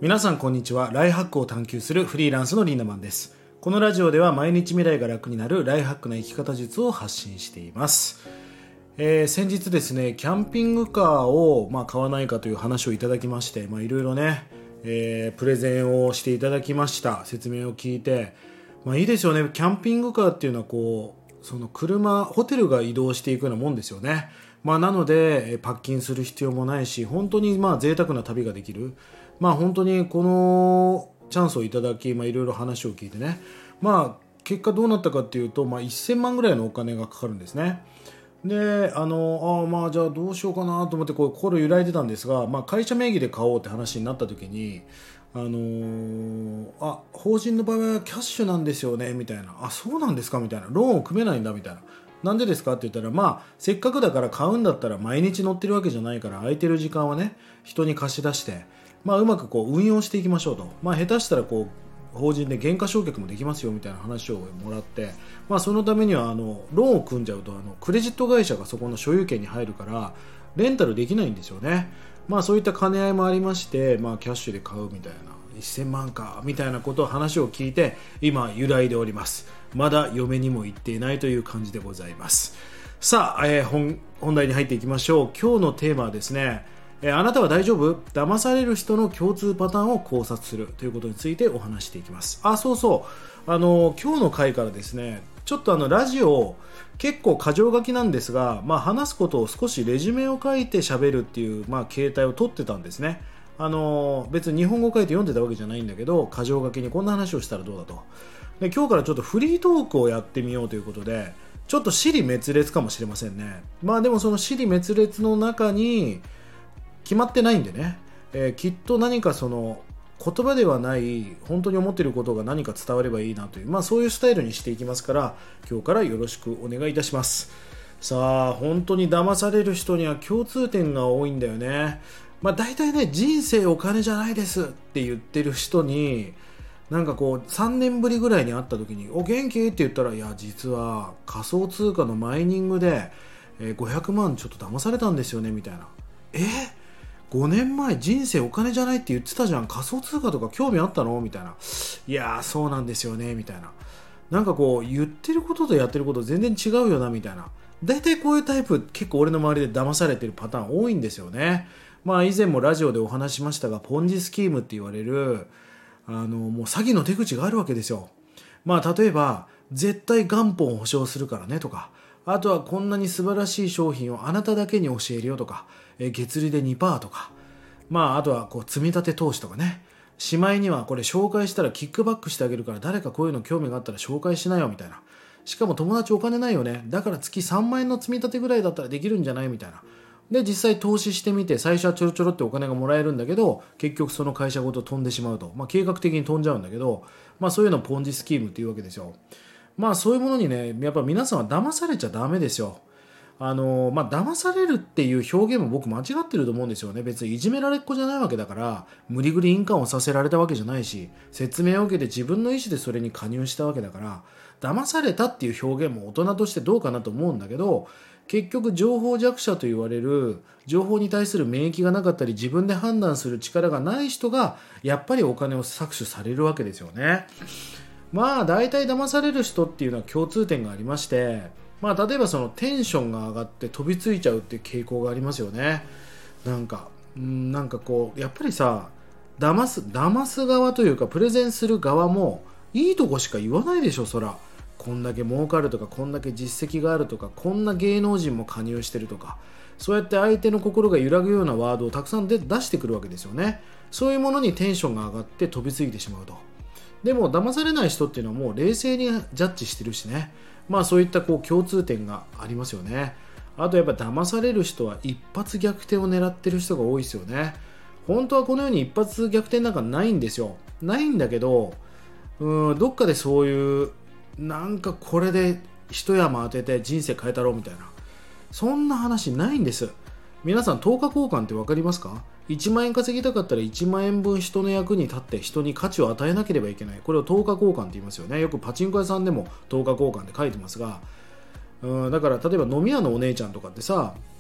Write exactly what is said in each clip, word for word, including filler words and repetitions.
皆さんこんにちは。ライフハックを探求するフリーランスのリーナマンです。このラジオでは毎日未来が楽になるライフハックな生き方術を発信しています。えー、先日ですね、キャンピングカーを、まあ、買わないかという話をいただきまして、まあ、いろいろね、えー、プレゼンをしていただきました。説明を聞いて、まあ、いいですよね。キャンピングカーっていうのはこうその車ホテルが移動していくようなもんですよね。まあ、なのでパッキンする必要もないし、本当にまあ贅沢な旅ができる。まあ、本当にこのチャンスをいただき、まあ、いろいろ話を聞いてね、まあ、結果どうなったかっていうと、まあ、せんまんぐらいのお金がかかるんですね。で、あのあまあじゃあどうしようかなと思ってこう心揺らいでたんですが、まあ、会社名義で買おうって話になった時に、あのー、あ法人の場合はキャッシュなんですよねみたいな、あそうなんですかみたいな、ローンを組めないんだみたいな、なんでですかって言ったら、まあせっかくだから買うんだったら毎日乗ってるわけじゃないから、空いてる時間はね人に貸し出して、まあ、うまくこう運用していきましょうと、まあ、下手したらこう法人で減価償却もできますよみたいな話をもらって、まあ、そのためにはあのローンを組んじゃうとあのクレジット会社がそこの所有権に入るからレンタルできないんですよね。まあ、そういった兼ね合いもありまして、まあ、キャッシュで買うみたいな、せんまんかみたいなことを話を聞いて今揺らいでおります。まだ嫁にも行っていないという感じでございます。さあ、えー、本, 本題に入っていきましょう。今日のテーマはですね、えー、あなたは大丈夫？騙される人の共通パターンを考察するということについてお話していきます。あ、そうそうあの今日の回からですね、ちょっとあのラジオ結構箇条書きなんですが、まあ、話すことを少しレジュメを書いて喋るっていう、まあ、形態を取ってたんですね。あの別に日本語を書いて読んでたわけじゃないんだけど、箇条書きにこんな話をしたらどうだと。で、今日からちょっとフリートークをやってみようということで、ちょっと支離滅裂かもしれませんね。まあでもその支離滅裂の中に決まってないんでね、えー、きっと何かその言葉ではない本当に思っていることが何か伝わればいいなという、まあ、そういうスタイルにしていきますから、今日からよろしくお願いいたします。さあ、本当に騙される人には共通点が多いんだよね。まあ、大体ね、人生お金じゃないですって言ってる人になんかこうさんねんぶりぐらいに会った時に、お元気って言ったら、いや実は仮想通貨のマイニングでごひゃくまんちょっと騙されたんですよねみたいな。えごねんまえ人生お金じゃないって言ってたじゃん、仮想通貨とか興味あったのみたいな。いやーそうなんですよねみたいな。なんかこう言ってることとやってること全然違うよなみたいな。だいたいこういうタイプ結構俺の周りで騙されてるパターン多いんですよね。まあ以前もラジオでお話ししましたが、ポンジスキームって言われるあのもう詐欺の手口があるわけですよ。まあ例えば絶対元本を保証するからねとか、あとはこんなに素晴らしい商品をあなただけに教えるよとか、え月利で にパーセント とか、まああとはこう積み立て投資とかね、しまいにはこれ紹介したらキックバックしてあげるから誰かこういうの興味があったら紹介しなよみたいな。しかも友達お金ないよね、だから月さんまんえんの積み立てぐらいだったらできるんじゃないみたいな。で実際投資してみて最初はちょろちょろってお金がもらえるんだけど、結局その会社ごと飛んでしまうと、まあ、計画的に飛んじゃうんだけど、まあ、そういうのをポンジスキームっていうわけですよ。まあそういうものにね、やっぱ皆さんは騙されちゃダメですよ。あのまあ騙されるっていう表現も僕間違ってると思うんですよね。別にいじめられっ子じゃないわけだから、無理ぐり印鑑をさせられたわけじゃないし、説明を受けて自分の意思でそれに加入したわけだから、騙されたっていう表現も大人としてどうかなと思うんだけど、結局情報弱者と言われる、情報に対する免疫がなかったり自分で判断する力がない人がやっぱりお金を搾取されるわけですよね。まあ大体騙される人っていうのは共通点がありまして、まあ例えばそのテンションが上がって飛びついちゃうっていう傾向がありますよね。なんかんなんかこうやっぱりさ、騙す騙す側というかプレゼンする側もいいとこしか言わないでしょ。そらこんだけ儲かるとか、こんだけ実績があるとか、こんな芸能人も加入してるとか、そうやって相手の心が揺らぐようなワードをたくさんで出してくるわけですよね。そういうものにテンションが上がって飛びついてしまうと。でも騙されない人っていうのはもう冷静にジャッジしてるしね。まあそういったこう共通点がありますよね。あとやっぱ騙される人は一発逆転を狙ってる人が多いですよね。本当はこの世に一発逆転なんかないんですよ。ないんだけど、うんどっかでそういうなんかこれで一山当てて人生変えたろうみたいな、そんな話ないんです。皆さん等価交換って分かりますか？いちまん円稼ぎたかったらいちまん円分人の役に立って人に価値を与えなければいけない。これを等価交換って言いますよね。よくパチンコ屋さんでも等価交換って書いてますが、うんだから例えば飲み屋のお姉ちゃんとかってさ、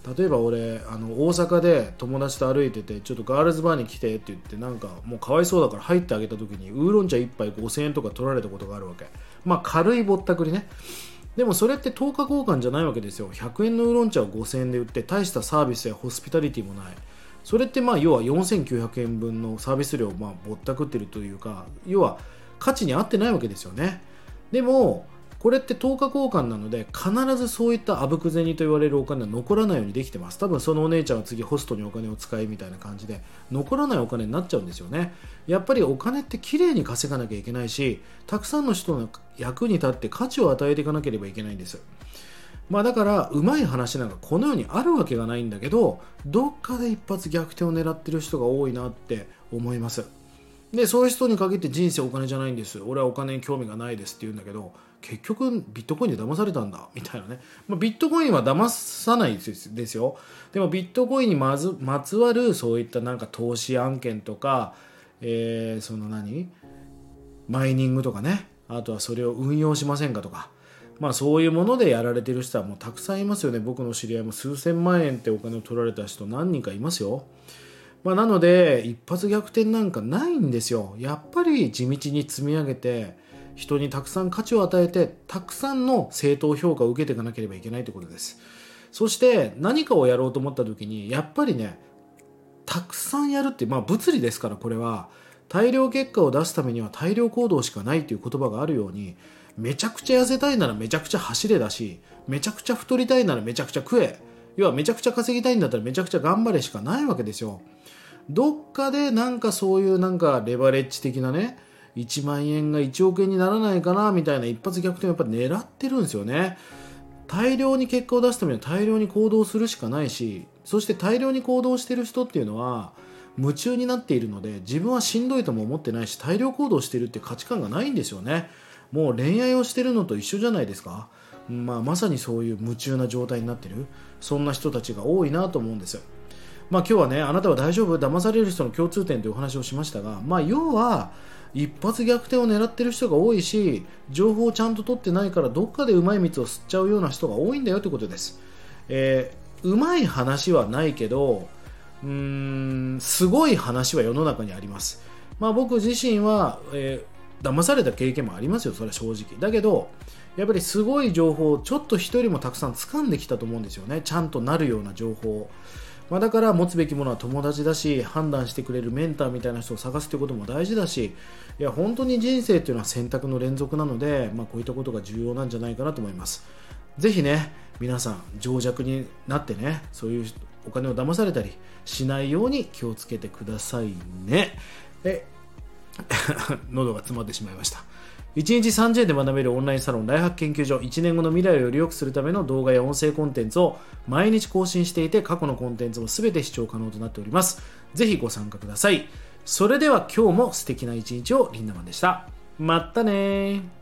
例えば俺あの大阪で友達と歩いててちょっとガールズバーに来てって言ってなんかもうかわいそうだから入ってあげた時にウーロン茶いっぱいごせんえんとか取られたことがあるわけ。まあ軽いぼったくりね。でもそれってとおか交換じゃないわけですよ。ひゃくえんのウーロン茶をごせんえんで売って大したサービスやホスピタリティもない。それってまあ要はよんせんきゅうひゃくえんぶんのサービス料をまあぼったくってるというか、要は価値に合ってないわけですよね。でもこれってとおか交換なので必ずそういったあぶく銭と言われるお金は残らないようにできてます。多分そのお姉ちゃんは次ホストにお金を使いみたいな感じで残らないお金になっちゃうんですよね。やっぱりお金ってきれいに稼がなきゃいけないし、たくさんの人の役に立って価値を与えていかなければいけないんです。まあだからうまい話なんかこの世にあるわけがないんだけど、どっかで一発逆転を狙ってる人が多いなって思います。でそういう人に限って人生お金じゃないんです、俺はお金に興味がないですって言うんだけど、結局ビットコインで騙されたんだみたいなね、まあ、ビットコインは騙さないですよ。でもビットコインにまずまつわるそういったなんか投資案件とか、えー、その何マイニングとかね、あとはそれを運用しませんかとか、まあそういうものでやられてる人はもうたくさんいますよね。僕の知り合いも数千万円ってお金を取られた人何人かいますよ。まあ、なので一発逆転なんかないんですよ。やっぱり地道に積み上げて人にたくさん価値を与えてたくさんの正当評価を受けていかなければいけないということです。そして何かをやろうと思った時にやっぱりね、たくさんやるって、まあ物理ですから、これは大量結果を出すためには大量行動しかないという言葉があるように、めちゃくちゃ痩せたいならめちゃくちゃ走れだし、めちゃくちゃ太りたいならめちゃくちゃ食え、要はめちゃくちゃ稼ぎたいんだったらめちゃくちゃ頑張れしかないわけですよ。どっかでなんかそういうなんかレバレッジ的なね、いちまんえんがいちおくえんにならないかなみたいな一発逆転をやっぱり狙ってるんですよね。大量に結果を出すためには大量に行動するしかないし、そして大量に行動してる人っていうのは夢中になっているので、自分はしんどいとも思ってないし、大量行動してるっていう価値観がないんですよね。もう恋愛をしてるのと一緒じゃないですか。まあ、まさにそういう夢中な状態になってる、そんな人たちが多いなと思うんです。まあ、今日はね、あなたは大丈夫？騙される人の共通点というお話をしましたが、まあ、要は一発逆転を狙ってる人が多いし、情報をちゃんと取ってないからどっかでうまい蜜を吸っちゃうような人が多いんだよということです。えー、うまい話はないけど、うーんすごい話は世の中にあります。まあ、僕自身は、えー、騙された経験もありますよ、それは正直。だけどやっぱりすごい情報をちょっと人よりもたくさん掴んできたと思うんですよね。ちゃんとなるような情報、まあ、だから持つべきものは友達だし、判断してくれるメンターみたいな人を探すということも大事だし、いや本当に人生というのは選択の連続なので、まあ、こういったことが重要なんじゃないかなと思います。ぜひね、皆さん情弱になってね、そういうお金を騙されたりしないように気をつけてくださいね。え喉が詰まってしまいました。いちにちさんじゅうえんで学べるオンラインサロンライハック研究所、いちねんごの未来をより良くするための動画や音声コンテンツを毎日更新していて、過去のコンテンツも全て視聴可能となっております。ぜひご参加ください。それでは今日も素敵な一日を。リンダマンでした。またね。